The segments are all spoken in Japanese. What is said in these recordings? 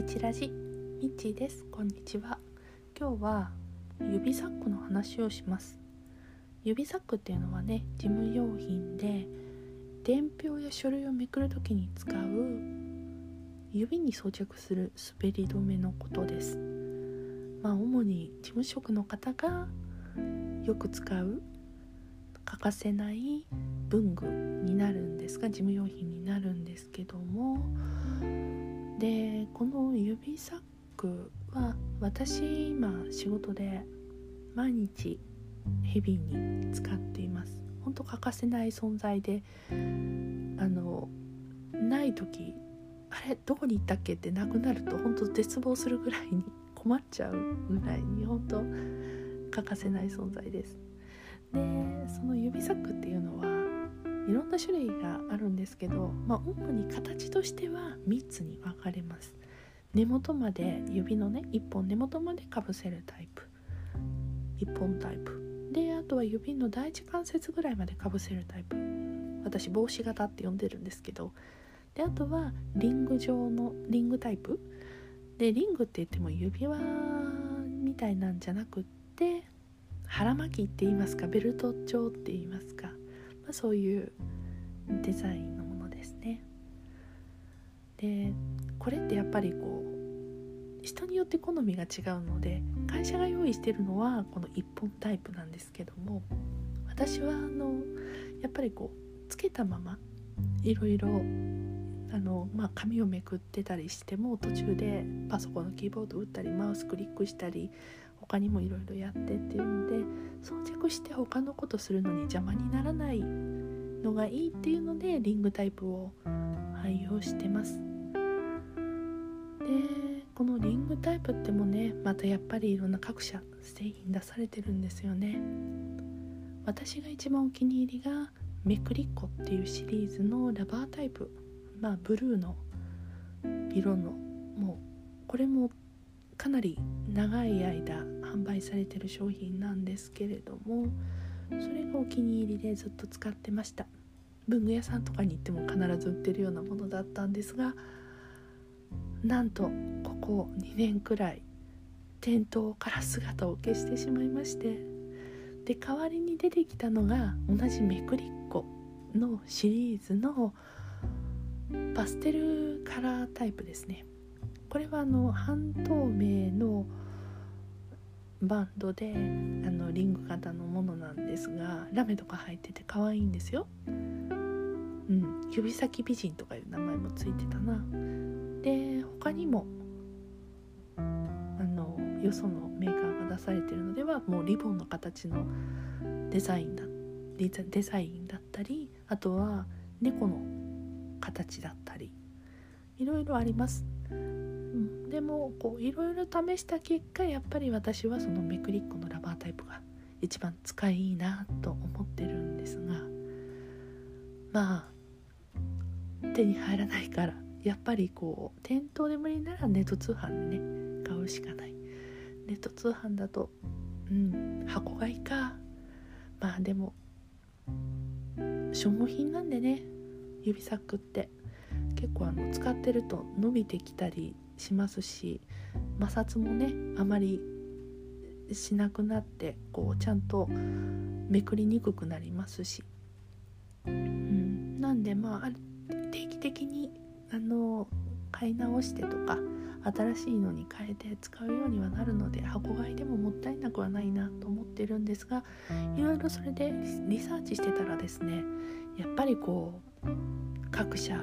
ちラジみっちーです。こんにちは。今日は指サックの話をします。指サックっていうのはね、事務用品で伝票や書類をめくるときに使う指に装着する滑り止めのことです。主に事務職の方がよく使う欠かせない文具になるんですが、事務用品になるんですけども、でこの指サックは私今仕事で毎日ヘビーに使っています。本当欠かせない存在で、ない時あれどこに行ったっけってなくなると本当絶望するぐらいに困っちゃうぐらいに本当欠かせない存在です。でその指サックっていうのはいろんな種類があるんですけど、主に形としては3つに分かれます。根元まで指のね1本根元までかぶせるタイプ、1本タイプで、あとは指の第一関節ぐらいまでかぶせるタイプ、私帽子型って呼んでるんですけど、であとはリング状のリングタイプで、リングって言っても指輪みたいなんじゃなくって腹巻きって言いますか、ベルト状って言いますか、そういうデザインのものですね。でこれってやっぱり人によって好みが違うので、会社が用意しているのはこの1本タイプなんですけども、私はやっぱりつけたままいろいろ紙をめくってたりしても、途中でパソコンのキーボード打ったりマウスクリックしたり他にもいろいろやってっていうので、装着して他のことするのに邪魔にならないのがいいっていうのでリングタイプを愛用してます。でこのリングタイプってもね、またやっぱりいろんな各社製品出されてるんですよね。私が一番お気に入りがめくりっこっていうシリーズのラバータイプ、ブルーの色の、もうこれもかなり長い間販売されてる商品なんですけれども、それがお気に入りでずっと使ってました。文具屋さんとかに行っても必ず売ってるようなものだったんですが、なんとここ2年くらい店頭から姿を消してしまいまして、で代わりに出てきたのが同じめくりっこのシリーズのパステルカラータイプですね。これは半透明のバンドでリング型のものなんですが、ラメとか入ってて可愛いんですよ。指先美人とかいう名前もついてたな。で他にもよそのメーカーが出されているのでは、もうリボンの形のデザインだったり、あとは猫の形だったりいろいろあります。でもいろいろ試した結果、やっぱり私はそのめくりっこのラバータイプが一番使いいいなと思ってるんですが、手に入らないからやっぱり店頭で無理ならネット通販でね買うしかない。ネット通販だと箱買いか。でも消耗品なんでね、指サックって結構使ってると伸びてきたりしますし、摩擦もねあまりしなくなってちゃんとめくりにくくなりますし、なんで定期的に買い直してとか新しいのに変えて使うようにはなるので、箱買いでももったいなくはないなと思ってるんですが、いろいろそれでリサーチしてたらですね、やっぱり各社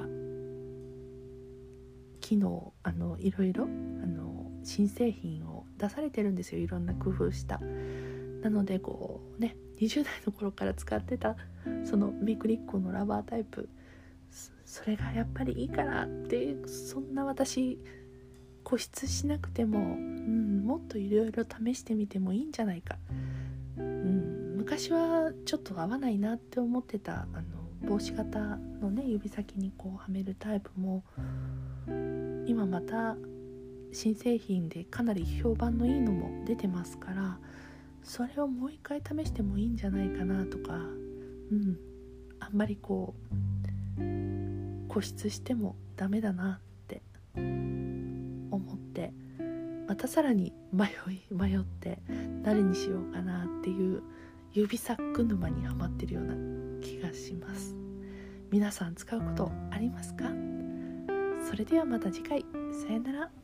機能いろいろ新製品を出されてるんですよ。いろんな工夫した。なので20代の頃から使ってたそのめくりっこのラバータイプ、それがやっぱりいいからって、そんな私固執しなくても、もっといろいろ試してみてもいいんじゃないか。昔はちょっと合わないなって思ってた帽子型のね指先にはめるタイプも、今また新製品でかなり評判のいいのも出てますから、それをもう一回試してもいいんじゃないかなとか、あんまり固執してもダメだなって思って、またさらに迷って誰にしようかなっていう指サック沼にはまってるような気がします。皆さん使うことありますか？それではまた次回、さよなら。